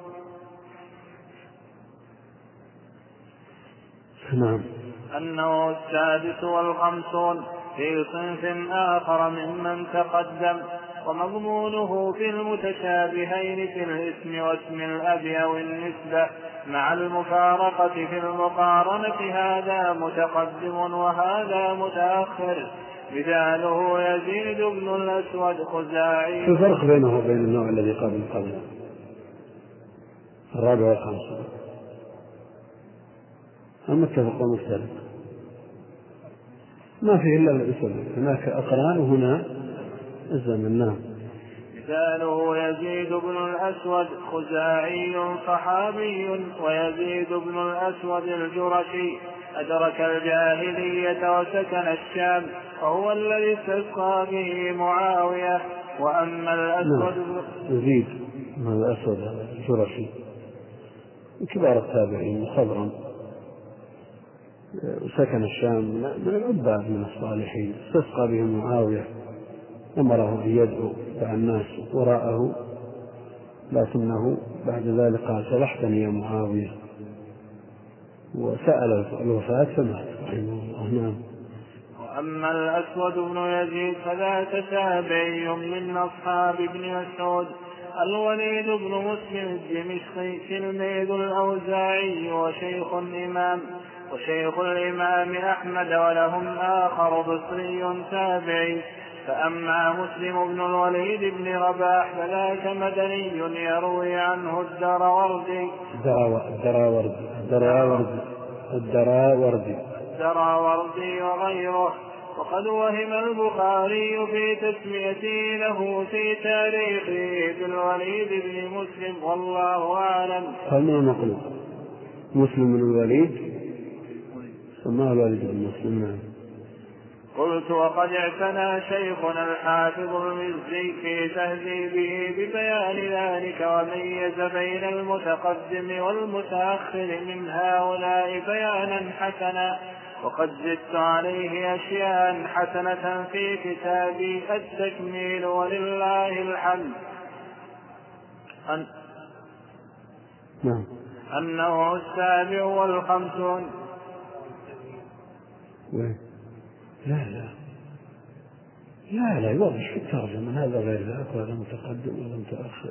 نعم. أنه 56 في صنف آخر ممن تقدم، ومضمونه في المتشابهين في الاسم واسم الأب أو النسبة مع المفارقة في المقارنة، هذا متقدم وهذا متأخر. مثاله يزيد بن الأسود خزاعي. الفرق بينه وبين النوع الذي قبل الرابع والخامس هم متفق ومختلف، ما فيه إلا الاسم، هناك أقران وهنا الزمن. نعم. مثاله يزيد بن الأسود خزاعي صحابي، ويزيد بن الأسود الجرشي أدرك الجاهلية وسكن الشام، وهو الذي استسقى به معاوية. وأما الأسود يزيد بن الأسود الجرشي من كبار التابعين مخضرم، وسكن الشام، من العباد من الصالحين، استسقى به معاوية، أمره أن يدعو الناس وراءه، لكنه بعد ذلك قال سبحتني يا معاوية، وسأل الوفاة فمات رحمه الله. نعم. وأما الأسود بن يزيد فذاك تابعي من أصحاب ابن مسعود، الوليد بن مسلم الدمشقي تلميذ الأوزاعي وشيخ الإمام أحمد، ولهم آخر بصري تابعي. فأما مسلم بن الوليد بن رباح فذاك مدني يروي عنه الدراوردي وغيره. وقد وهم البخاري في تسميته له في تاريخه بالوليد بن مسلم، والله أعلم. خلنا نقول مسلم بن الوليد سماه الوليد بن مسلم. قلت وقد اعتنى شيخنا الحافظ المزي في تهذيبه ببيان ذلك، وميز بين المتقدم والمتأخر من هؤلاء بيانا حسنا، وقد زدت عليه أشياء حسنة في كتابي التكميل ولله الحمد. أنه 57. لا يوضح في الترجمة، هذا غير ذاك، وهذا متقدم وهذا متأخر.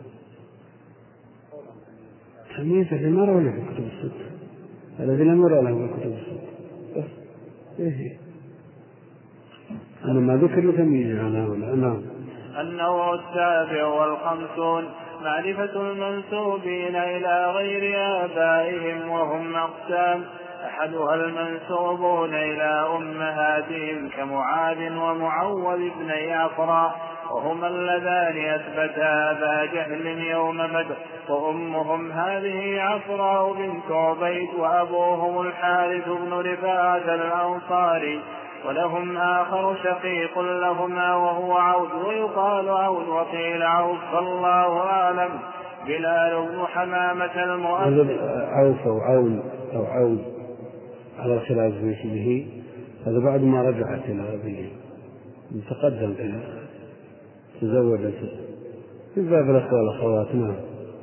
تمييز اللي ما روى له في الكتب الستة، الذي لم يرى له في الكتب الستة بس. إيه أنا ما ذكر لتمييز عن هؤلاء. نعم. أنه 57 معرفة المنسوبين إلى غير آبائهم، وهم أقسام: أحدها المنسوبون إلى أمهاتهم كمعاذ ومعوذ بن عفراء، وهما اللذان أثبتا أبا جهل يوم بدر، وأمهم هذه عفراء بنت عبيد، وأبوهم الحارث بن رفاعة الأنصاري. ولهم آخر شقيق لهما وهو عوف، ويقال عون وقيل عوف، فالله أعلم. بلال بن حمامة المؤذن. عوف أو عون أو عون على الخلاف في اسمه، هذا بعد ما رجعت إلى أبيه، متقدم في تزوجت في باب الأخوة والأخوات. نعم.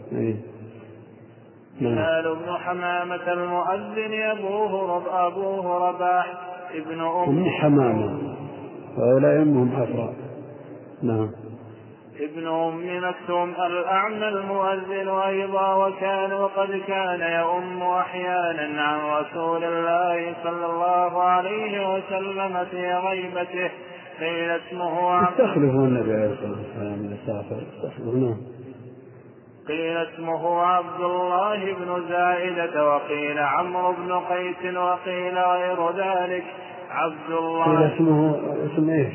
بلال بن حمامة المؤذن أبوه رباح ابن حمامة، هؤلاء أمهم حفراء. نعم. ابن أم مكتوم الأعمى المؤذن أيضا، وقد كان يؤم أحيانا عن رسول الله صلى الله عليه وسلم في غيبته. قيل اسمه استخلفوا النبي عليه الصلاة والسلام للسافر استخلفوا. قيل اسمه عبد الله بن زائدة، وقيل عمرو بن قيس، وقيل غير ذلك. عبد الله قيل اسمه اسم ايش؟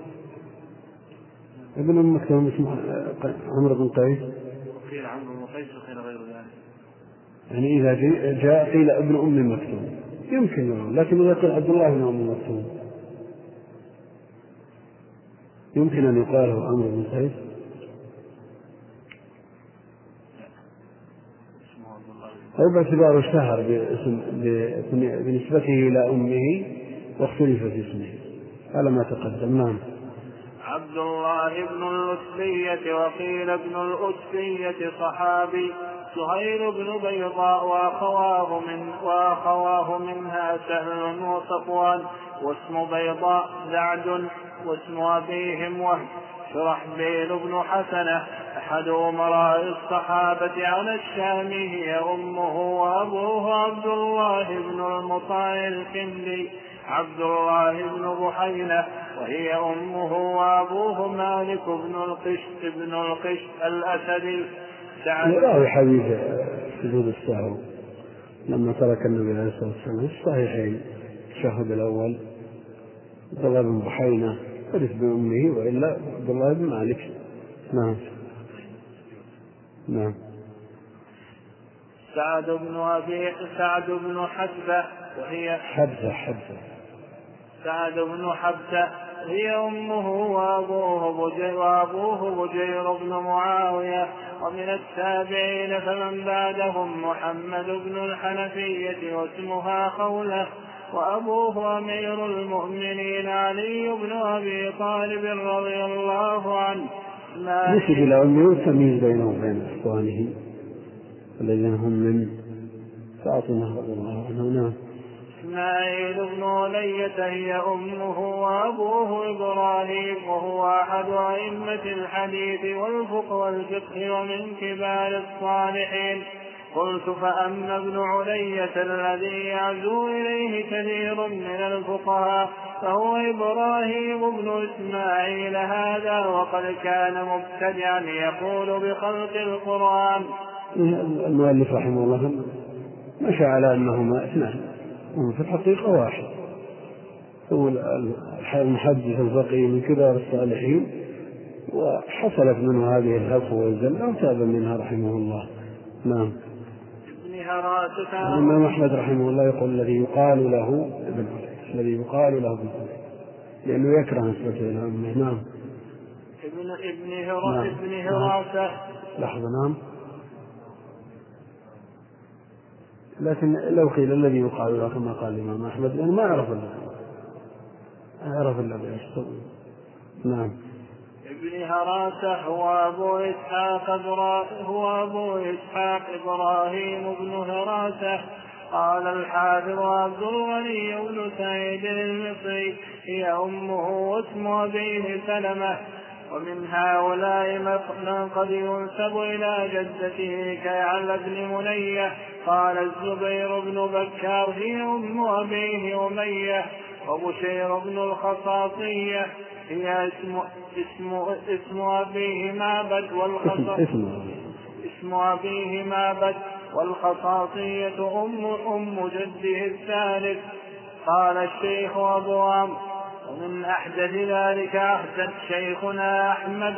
ابن أم مكتوم اسمه عمرو بن قيس، وقيل عمرو بن قيس، وقيل غير ذلك. يعني إذا جاء قيل ابن أم مكتوم يمكن، لكن إذا قيل عبد الله بن أم مكتوم يمكن أن يقال هو عمرو بن قيس. أو باعتباره اشتهر بنسبته إلى أمه واختلف في اسمه على ما تقدم. نعم. عبد الله بن الأسبية، وقيل ابن الأسبية صحابي. سهيل بن بيضاء وأخواه منها سهل وصفوان، واسم بيضاء سعد، واسم أبيهم وهب. شرحبيل بن حسنة أحد أمراء الصحابة على الشام، هي أمه وأبوه عبد الله بن المطاع الكندي. عبد الله بن بحينة، وهي أمه وأبوه مالك بن القش الأسدي. راوي حديث سجود السهو لما ترك النبي عليه الصلاة والسلام في الصحيحين التشهد الأول عبد الله بن بحينة ورث بأمه، وإلا عبد الله بن مالك. نعم. نعم. سعد بن حبة، وهي سعد بن حبة، هي أمه وأبوه بجير بن معاوية. ومن التابعين فمن بعدهم محمد بن الحنفية، واسمها خولة، وأبوه أمير المؤمنين علي بن أبي طالب رضي الله عنه. نسب إلى أمه والتمييز بينه وبين إخوانه الذين هم من فاطمة رضي الله عنها. إسماعيل بن علية، هي أمه وأبوه إبراهيم، وهو أحد أئمة الحديث والفقه ومن كبار الصالحين. قلت فأما ابن علية الذي يعزو إليه كثير من الفقهاء فهو إبراهيم بن إسماعيل هذا، وقد كان مبتدعا يقول بخلق القرآن. المؤلف رحمه الله مشى على أنهما اثنان في الحقيقة واحد، هو المحدث الفقيه من كبار الصالحين، وحصلت منه هذه الهفوة والزلة وتاب منها رحمه الله. نعم. الإمام أحمد رحمه الله يقول الذي يقال له ابن علي لأنه يكره نسبته إلى أمه. نعم. ابن هراسة. لحظة. نعم. لكن لو قيل الذي يقال له كما قال الإمام أحمد لأنه ما يعرف الذي يشتغل. نعم. ابن هراسة هو أبو إسحاق إبراهيم بن هراسة. قال الحافظ عبد الغني بن سعيد المصري هي أمه واسم أبيه سلمة. ومن هؤلاء من قد ينسب إلى جدته كيعلى بن منية. قال الزبير بن بكار هي أم أبيه أمية. وبشير بن الخصاصية هي اسم أبيه معبد والخصاصية أم جده الثالث. قال الشيخ أبو عمرو ومن أحدث ذلك عهدا شيخنا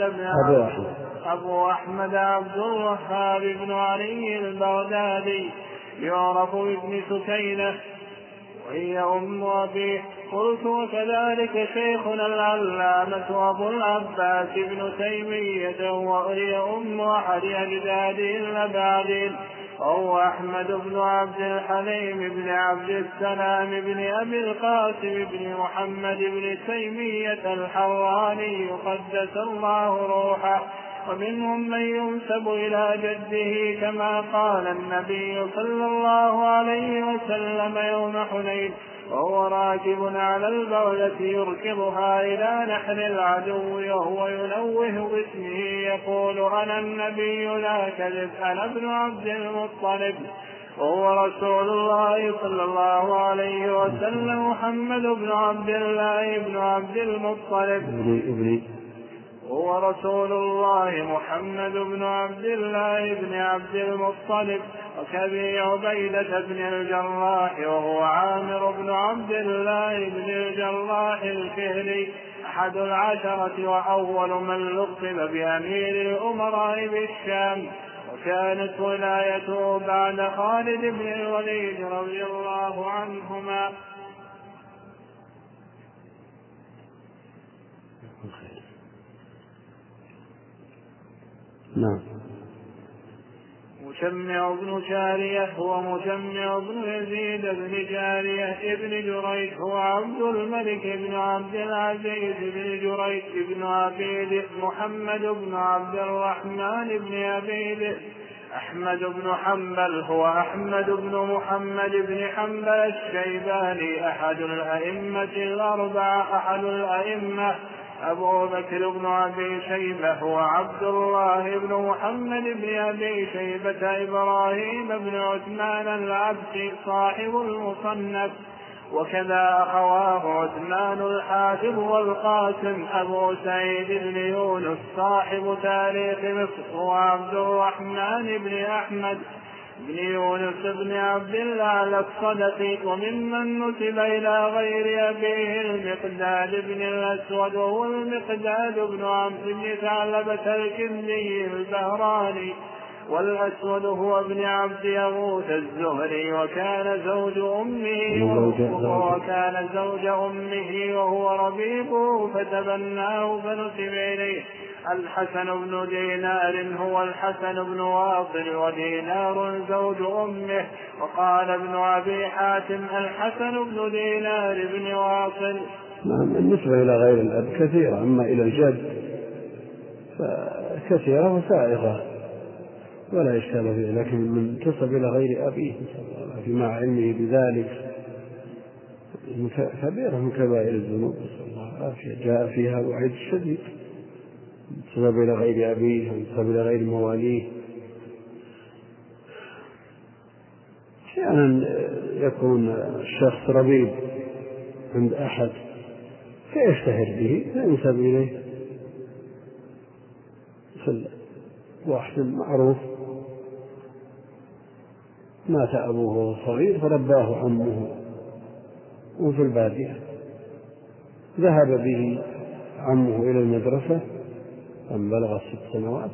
أبو أحمد عبد الوهاب بن علي البغدادي يعرف بابن سكينة وهي أم أبيه. قلت وكذلك شيخنا العلامة أبو العباس بن تيمية وهي أم أحد أجداده الأبعدين وهو أحمد بن عبد الحليم بن عبد السلام بن أبي القاسم بن محمد بن تيمية الحراني قدس الله روحه. ومنهم من ينسب إلى جده كما قال النبي صلى الله عليه وسلم يوم حنين وهو راكب على البغلة يركضها إلى نحر العدو وهو ينوه باسمه يقول أنا النبي لا كذب أنا ابن عبد المطلب وهو رسول الله صلى الله عليه وسلم محمد بن عبد الله بن عبد المطلب هو رسول الله محمد بن عبد الله بن عبد المطلب وكأبي عبيدة بن الجراح وهو عامر بن عبد الله بن الجراح الفهري أحد العشرة وأول من لقب بأمير الأمراء بالشام وكانت ولايته بعد خالد بن الوليد رضي الله عنهما. نعم. مشمع بن جارية هو مشمع بن يزيد بن جارية ابن جريج هو عبد الملك بن عبد العزيز بن جريج بن عبيد محمد بن عبد الرحمن بن عبيد أحمد بن حنبل هو أحمد بن محمد بن حنبل الشيباني أحد الأئمة الأربعة أحد الأئمة. أبو بكر بن أبي شيبة هو عبد الله بن محمد بن أبي شيبة إبراهيم بن عثمان العبسي صاحب المصنف وكذا أخواه عثمان الحافظ والقاسم أبو سعيد بن يونس صاحب تاريخ مصر وعبد الرحمن بن أحمد بن يونس بن عبد الله الصدقي وممن نسب إلى غير أبيه المقداد بن الأسود وهو المقداد بن عمرو بن ثعلبة الكندي البهراني والأسود هو ابن عبد يغوث الزهري وكان زوج أمه وهو ربيبه فتبناه فنسب إليه. الحسن بن دينار هو الحسن بن واصل ودينار زوج أمه وقال ابن أبي حاتم الحسن بن دينار بن واصل. نعم. النسبة إلى غير الأب كثيرة أما إلى الجد فكثيرة وسائغة ولا إشكال فيه لكن من تصب إلى غير أبيه مع علمه بذلك كبيرة من كبائر الذنوب نسأل الله العافية جاء فيها وعيد شديد تصب إلى غير أبيه وتصب إلى غير مواليه. أحيانا يكون الشخص ربيب عند أحد فيشتهر به فينسب إليه مثل واحد معروف مات أبوه وهو صغير فرباه عمه وفي البادية ذهب به عمه إلى المدرسة أن بلغ 6 سنوات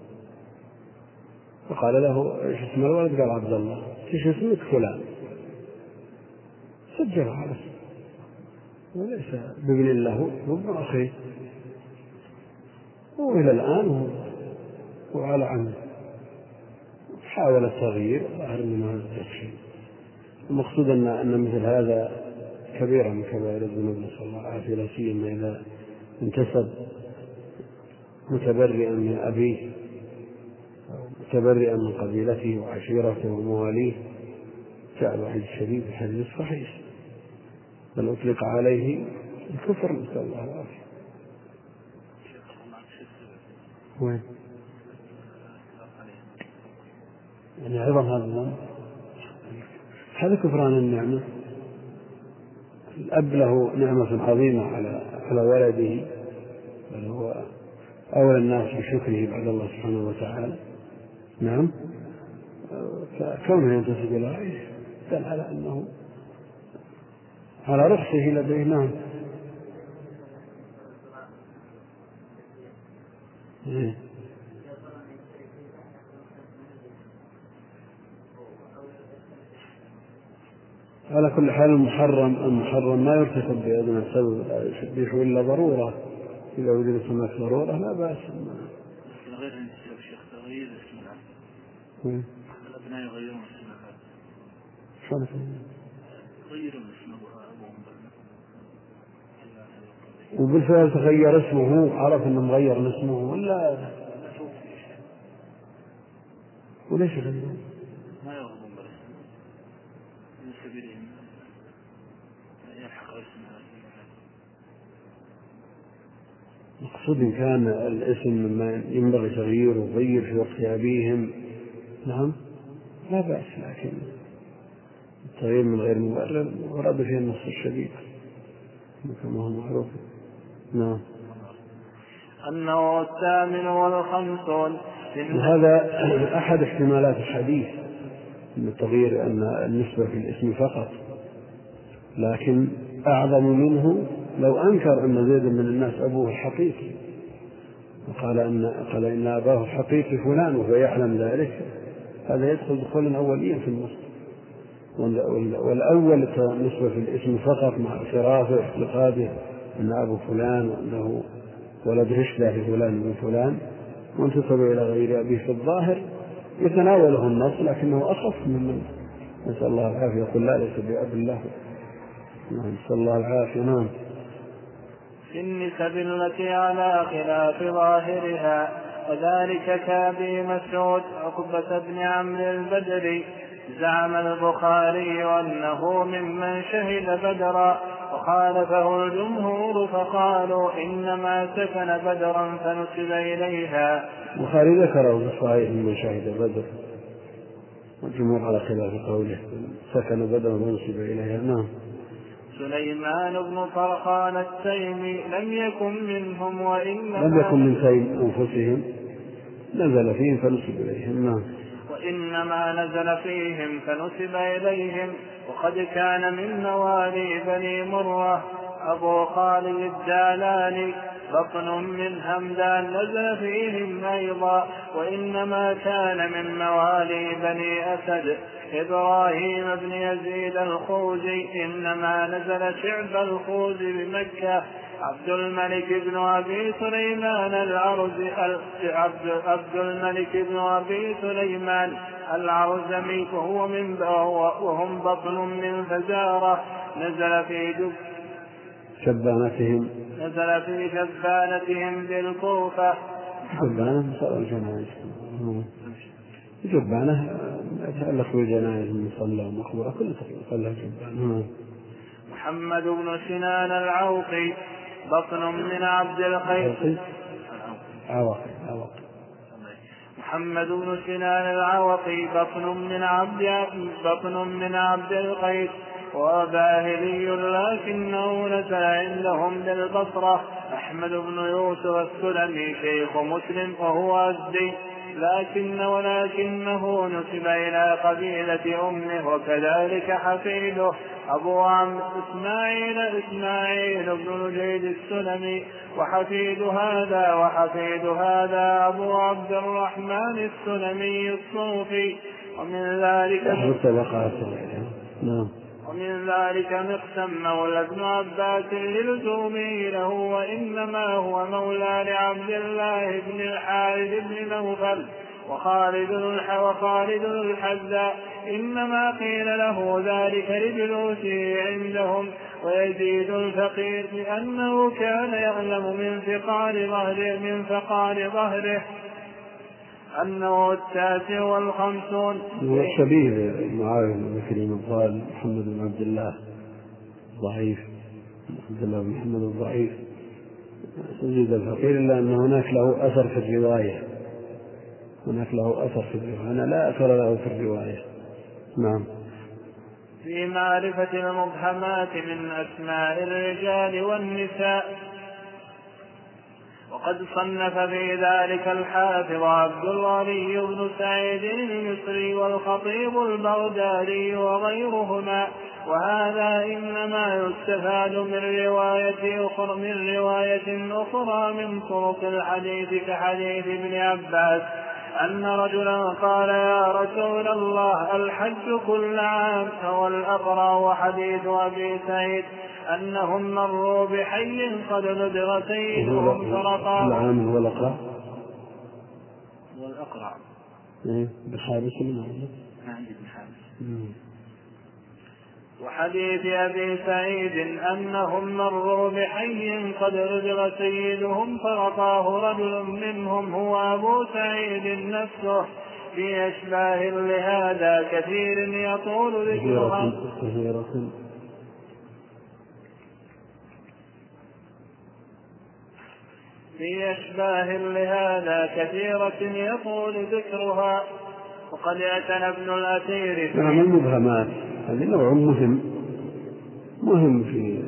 فقال له ايش اسم الولد؟ قال عبد الله. ايش اسمك؟ فلان. سجل على اسمه وليس بابن الله هو ابن أخيه وإلى الآن هو على عمه. حاول التغيير ظاهر من هذا الشيء. المقصود أن مثل هذا كبيرة من كبائر الذنوب نسأل الله العافية لا سيما إذا انتسب متبرئا من أبيه أو متبرئا من قبيلته وعشيرته ومواليه جاء الوعيد الشديد في الحديث الصحيح بل أطلق عليه الكفر نسأل الله العافية. وين؟ يعني عظم هذا الذنب هذا كفران النعمة. الأب له نعمة عظيمة على ولده بل هو أولى الناس بشكره بعد الله سبحانه وتعالى. نعم. فكونه ينتسب إلى غيره دل على أنه على رخصه لديه. نعم. على كل حال المحرم ما يرتكب بأدنى سبب لا يشبه إلا ضرورة. إذا وجدت هناك ضرورة لا بأس. غير الشيخ تغيير اسم الأب. الأبناء يغيرون اسم الأب. شلون يغيرون اسم أبوهم وبالفعل تغير اسمه عرف أنه مغير اسمه ولا وليش غيره؟ ما يغضون بالاسم من سبيلهم مقصود إن كان الاسم مما ينبغي تغييره وغير في وقت أبيهم نعم لا بأس، لكن التغيير من غير مبرر ورد فيه النص الشديد كما هو معروف. نعم. أنه 58. وهذا أحد احتمالات الحديث أن التغيير أن النسبة في الاسم فقط، لكن أعظم منه لو أنكر أن زيد من الناس أبوه الحقيقي وقال إن أباه الحقيقي فلان وهو يعلم ذلك، هذا يدخل دخولا أوليا في النص. والأول النسبة في الاسم فقط مع اعترافه اعتقاده أن أبو فلان وأنه ولد رشدة لفلان من فلان وانتسب إلى غير أبيه في الظاهر يتناوله النص، لكنه أخف من نسأل الله العافية. يقول لا ليس بأب الله. نسأل الله العافية. نعم. في النسب التي على خلاف ظاهرها، وذلك كأبي مسعود عقبة بن عمرو البدري. زعم البخاري أنه ممن شهد بدرا، وخالفه الجمهور فقالوا إنما سكن بدرا فنسب إليها. البخاري ذكره في الصحيح من شهد بدر، والجمهور على خلاف قوله سكن بدرا فنسب إليها. نعم. سليمان بن فرخان التيمي لم يكن منهم، لم يكن من تيم أنفسهم، نزل فيهم فنسب إليهم. نعم. وإنما نزل فيهم فنسب إليهم. وقد كان من موالي بني مرة أبو خالد الدالاني بطن من همدان نزل فيهم أيضا. وإنما كان من موالي بني أسد إبراهيم بن يزيد الخوزي، إنما نزل شعب الخوزي بمكة عبد الملك بن أبي سليمان العرزمي وهم بطن من فزارة نزل في شبانتهم بالكوفة. جبانة يتعلق بالجنائز المصلى ومقبرة كل تقلها جبانة. محمد بن سنان العوقي بطن من عبد القيس. محمد بن سنان العوقي بطن من عبد القيس وباهلي، لكنه نزل عندهم بالبصرة. أحمد بن يوسف السلمي شيخ مسلم وهو أزدي، ولكنه نسب إلى قبيلة أمه، وكذلك حفيده أبو عمرو إسماعيل بن نجيد السلمي، وحفيد هذا أبو عبد الرحمن السلمي الصوفي. ومن ذلك مقسم مولى ابن عباس للزومه له، وإنما هو مولى لعبد الله بن الحارث بن نوفل. وخالد الحذاء إنما قيل له ذلك لجلوسه عندهم. ويزيد الفقير لأنه كان يعلم من فقار ظهره أنه 59. شبيه معاوية بن كريم الضال محمد بن عبد الله ضعيف، عبد الله بن محمد الضعيف. يزيد الفقير إلا أن هناك له أثر في الرواية، أنا لا أثر له في الرواية. نعم. في معرفة المبهمات من أسماء الرجال والنساء. وقد صنف في ذلك الحافظ عبد الغني بن سعيد المصري والخطيب البغدادي وغيرهما. وهذا إنما يستفاد من رواية أخرى من طرق الحديث، كحديث ابن عباس أن رجلا قال يا رسول الله الحج كل عام هو الأقرع. وحديث أبي سعيد أنهم مروا بحي قد ندغ سيدهم فرقا. العام هو الأقرع بحارس وحديث أبي سعيد أنهم مروا بحي قد رجل سيدهم فرقاه رجل منهم هو أبو سعيد نفسه، في أشباه لهذا كثير يطول ذكرها. في أشباه لهذا كثيرة يطول ذكرها. وقد اعتنى ابن الأثير نعم المبهمات هذه نوع مهم في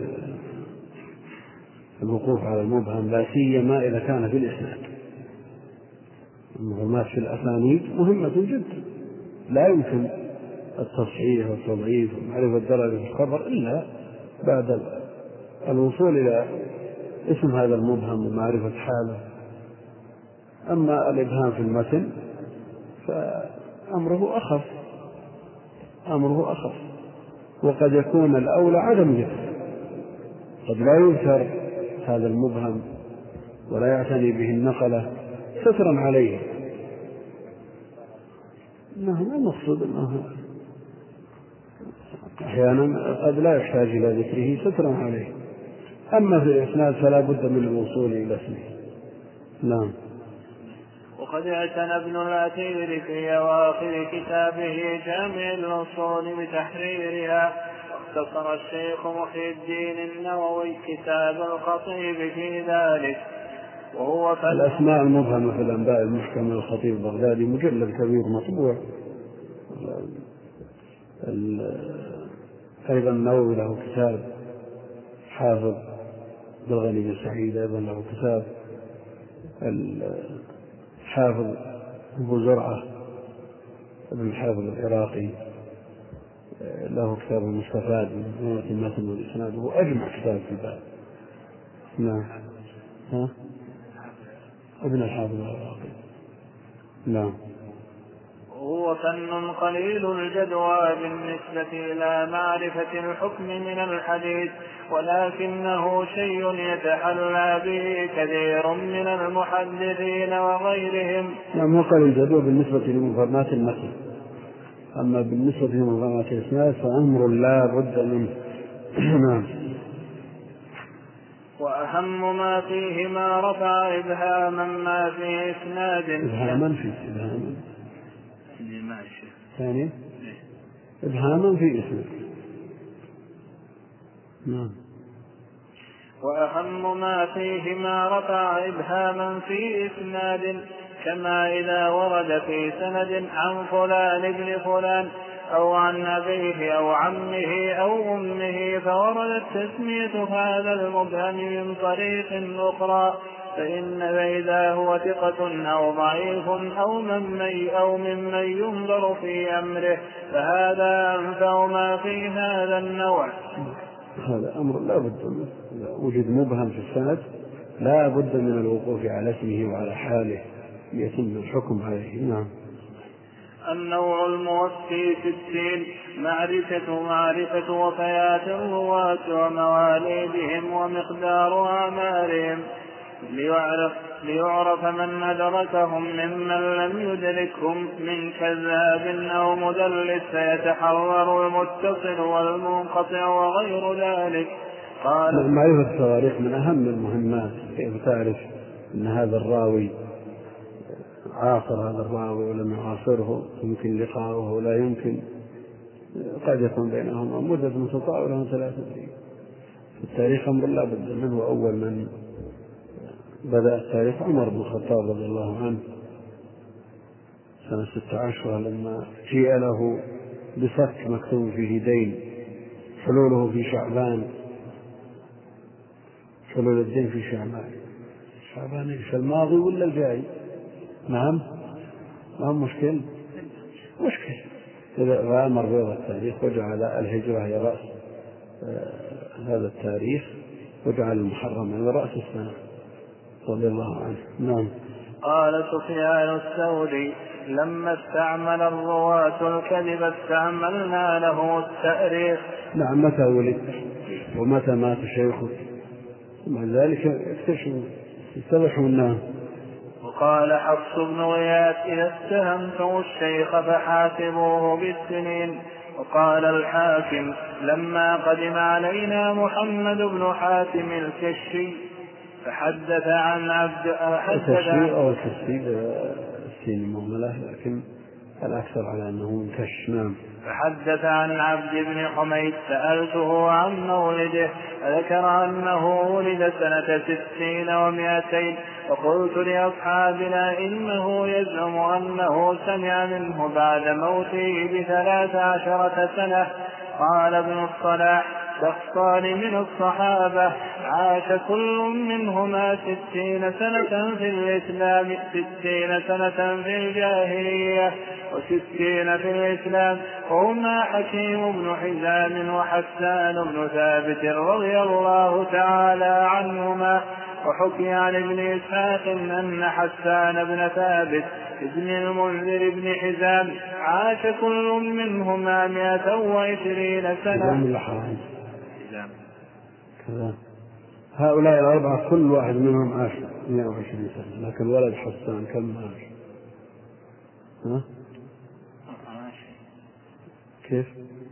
الوقوف على المبهم، لا سيما إذا كان في الإسناد. المبهمات في الأسانيد مهمة جدا، لا يمكن التصحيح والتضعيف ومعرفة درجة الخبر إلا بعد الوصول إلى اسم هذا المبهم ومعرفة حاله. أما الإبهام في المتن فأمره أخف، وقد يكون الأولى عدم ذكره، قد لا يذكر هذا المبهم ولا يعتني به النقلة سترا عليه. المقصود أنه أحيانا قد لا يحتاج إلى ذكره سترا عليه. أما في الإسناد فلا بد من الوصول إلى اسمه. نعم. وقد اعتنى ابن الأثير في أواخر كتابه جامع الأصول بتحريرها، واختصر الشيخ محي الدين النووي كتاب الخطيب في ذلك. وهو الأسماء المبهمة في الأنباء المحكمة الخطيب البغدادي مجلد كبير مطبوع. أيضا النووي له كتاب، حافظ بالغني بن سعيد أيضا له كتاب، الحافظ أبو زرعة ابن الحافظ العراقي له كتاب المستفاد من المتن والإسناد، وهو أجمع كتاب في الباب. نعم. ابن الحافظ العراقي. نعم. هو فن قليل الجدوى بالنسبة إلى معرفة الحكم من الحديث، ولكنه شيء يتحلى به كثير من المحدثين وغيرهم. نعم. وقال الجدوى بالنسبة لمفهمات المتن، أما بالنسبة لمفهمات الإسناد فأمر لا بد منه. نعم. وأهم ما فيه ما رفع إبهاما ما فيه إسناد. إبهاما ثاني إبهاما في إسناد. نعم. وأهم ما فيه ما رفع إبهاما في إسناد، كما إذا ورد في سند عن فلان ابن فلان أو عن أبيه أو عمه أو أمه فوردت تسمية هذا المبهم من طريق أخرى، فإن إذا هو ثقة أو ضعيف أو ممن ينظر في أمره فهذا أنفع ما في هذا النوع. هذا أمر لا بد منه. إذا وجد مبهم في السند لا بد من الوقوف على اسمه وعلى حاله يتم الحكم عليه. نعم. النوع الموفي 60 معرفة وفيات الرواة ومواليدهم ومقدار أعمارهم، ليعرف من أدركهم ممن لم يدركهم من كذاب أو مدلس، فيتحرر المتصل والمنقطع وغير ذلك. قال معرفة التواريخ من أهم المهمات. كيف تعرف أن هذا الراوي عاصر هذا الراوي ولم يعاصره، يمكن لقاؤه ولا يمكن، قد يكون بينهما مدة متطاولة 3 سنين. التاريخ أمر لا بد منه. أول من بدأ التاريخ عمر بن الخطاب رضي الله عنه سنة 16 لما جيء له بصك مكتوب فيه دين حلوله في شعبان، حلول الدين في شعبان إيش الماضي ولا الجاي؟ نعم. ما مشكل إذا غامر بيض التاريخ وجعل الهجرة هي رأس هذا التاريخ، وجعل المحرم هي رأس السنة رضي الله عنه. نعم. قال سفيان الثوري: لما استعمل الرواة الكذب استعملنا له التأريخ. نعم. متى ولد ومتى مات شيخه، ومع ذلك يتضح الناس. وقال حفص بن غياث: إذا اتهمتم الشيخ فحاسبوه بالسنين. وقال الحاكم: لما قدم علينا محمد بن حاتم الكشي فحدث عن الكشي أو الكشي السين مهملة، لكن الأكثر على أنه من كش. نعم. فحدث عن عبد بن حميد سألته عن مولده فذكر أنه ولد سنة 60 و200. فقلت لأصحابنا إنه يزعم أنه سمع منه بعد موته ب13 سنة. قال ابن الصلاح: شخصان من الصحابة عاش كل منهما 60 سنة في الإسلام، 60 سنة في الجاهلية و60 في الإسلام، وهما حكيم بن حزام وحسان بن ثابت رضي الله تعالى عنهما. وحكي عن ابن إسحاق أن حسان بن ثابت ابن المنذر بن حزام عاش كل منهما 120 سنة. هؤلاء الأربعة كل واحد منهم عاش 120 سنة، لكن ولد حسان كم عاش؟ ها؟ كيف؟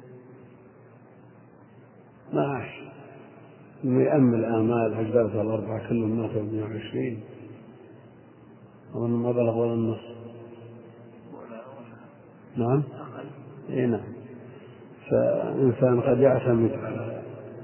ما عاش. يأمل آمال أجدادها الأربعة كلهم ماتوا 120 وما بلغ ولا النص. نعم؟ إيه نعم. فإنسان قد يعتمد على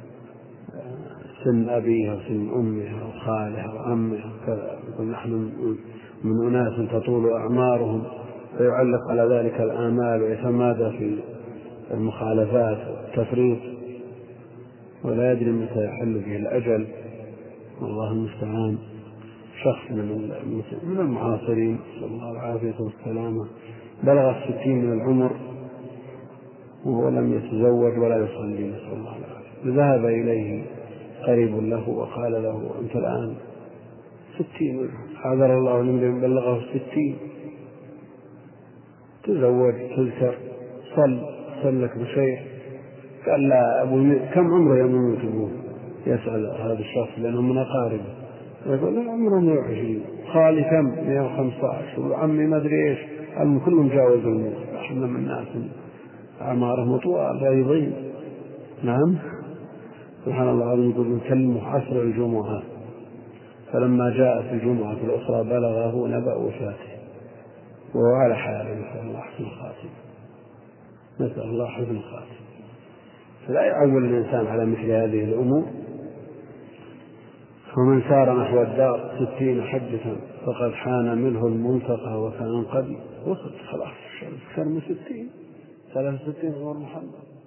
سن أبيه وسن أمه وخاله وعمه وكذا، يقول نحن من أناس تطول أعمارهم، فيعلق على ذلك الآمال ويتمادى في المخالفات والتفريط، ولا يدري متى يحل به الأجل. والله المستعان. شخص من المعاصرين صلى الله العافية والسلامة بلغ 60 من العمر وهو لم يتزوج ولا يصلي، نسأل الله العافية. ذهب إليه قريب له وقال له: أنت الآن 60، حذر الله لمن بلغه 60، تزوج تذكر صل لك بشيء. قال: لا كم عمره يا من يتبوه؟ يسأل هذا الشخص لأنه من أقاربه، يقول: لا عمره 120. خالي كم؟ 115. وعمي ما أدري إيش. عمي كلهم جاوزوا الموت. احنا من الناس أعمارهم طوال غيظين. نعم سبحان الله. يقول: نكلمه عصر الجمعة، فلما جاءت الجمعة الأخرى بلغه نبأ وفاته وهو على حاله. نسأل الله حسن الخاتمة، نسأل الله حسن الخاتمة. فلا يعول الإنسان على مثل هذه الأمور. ومن سار نحو الدار 60 حجة فقد حان منه المنتقى وكان قد وصل. خلاص أكثر من 60، 63 عمر محمد.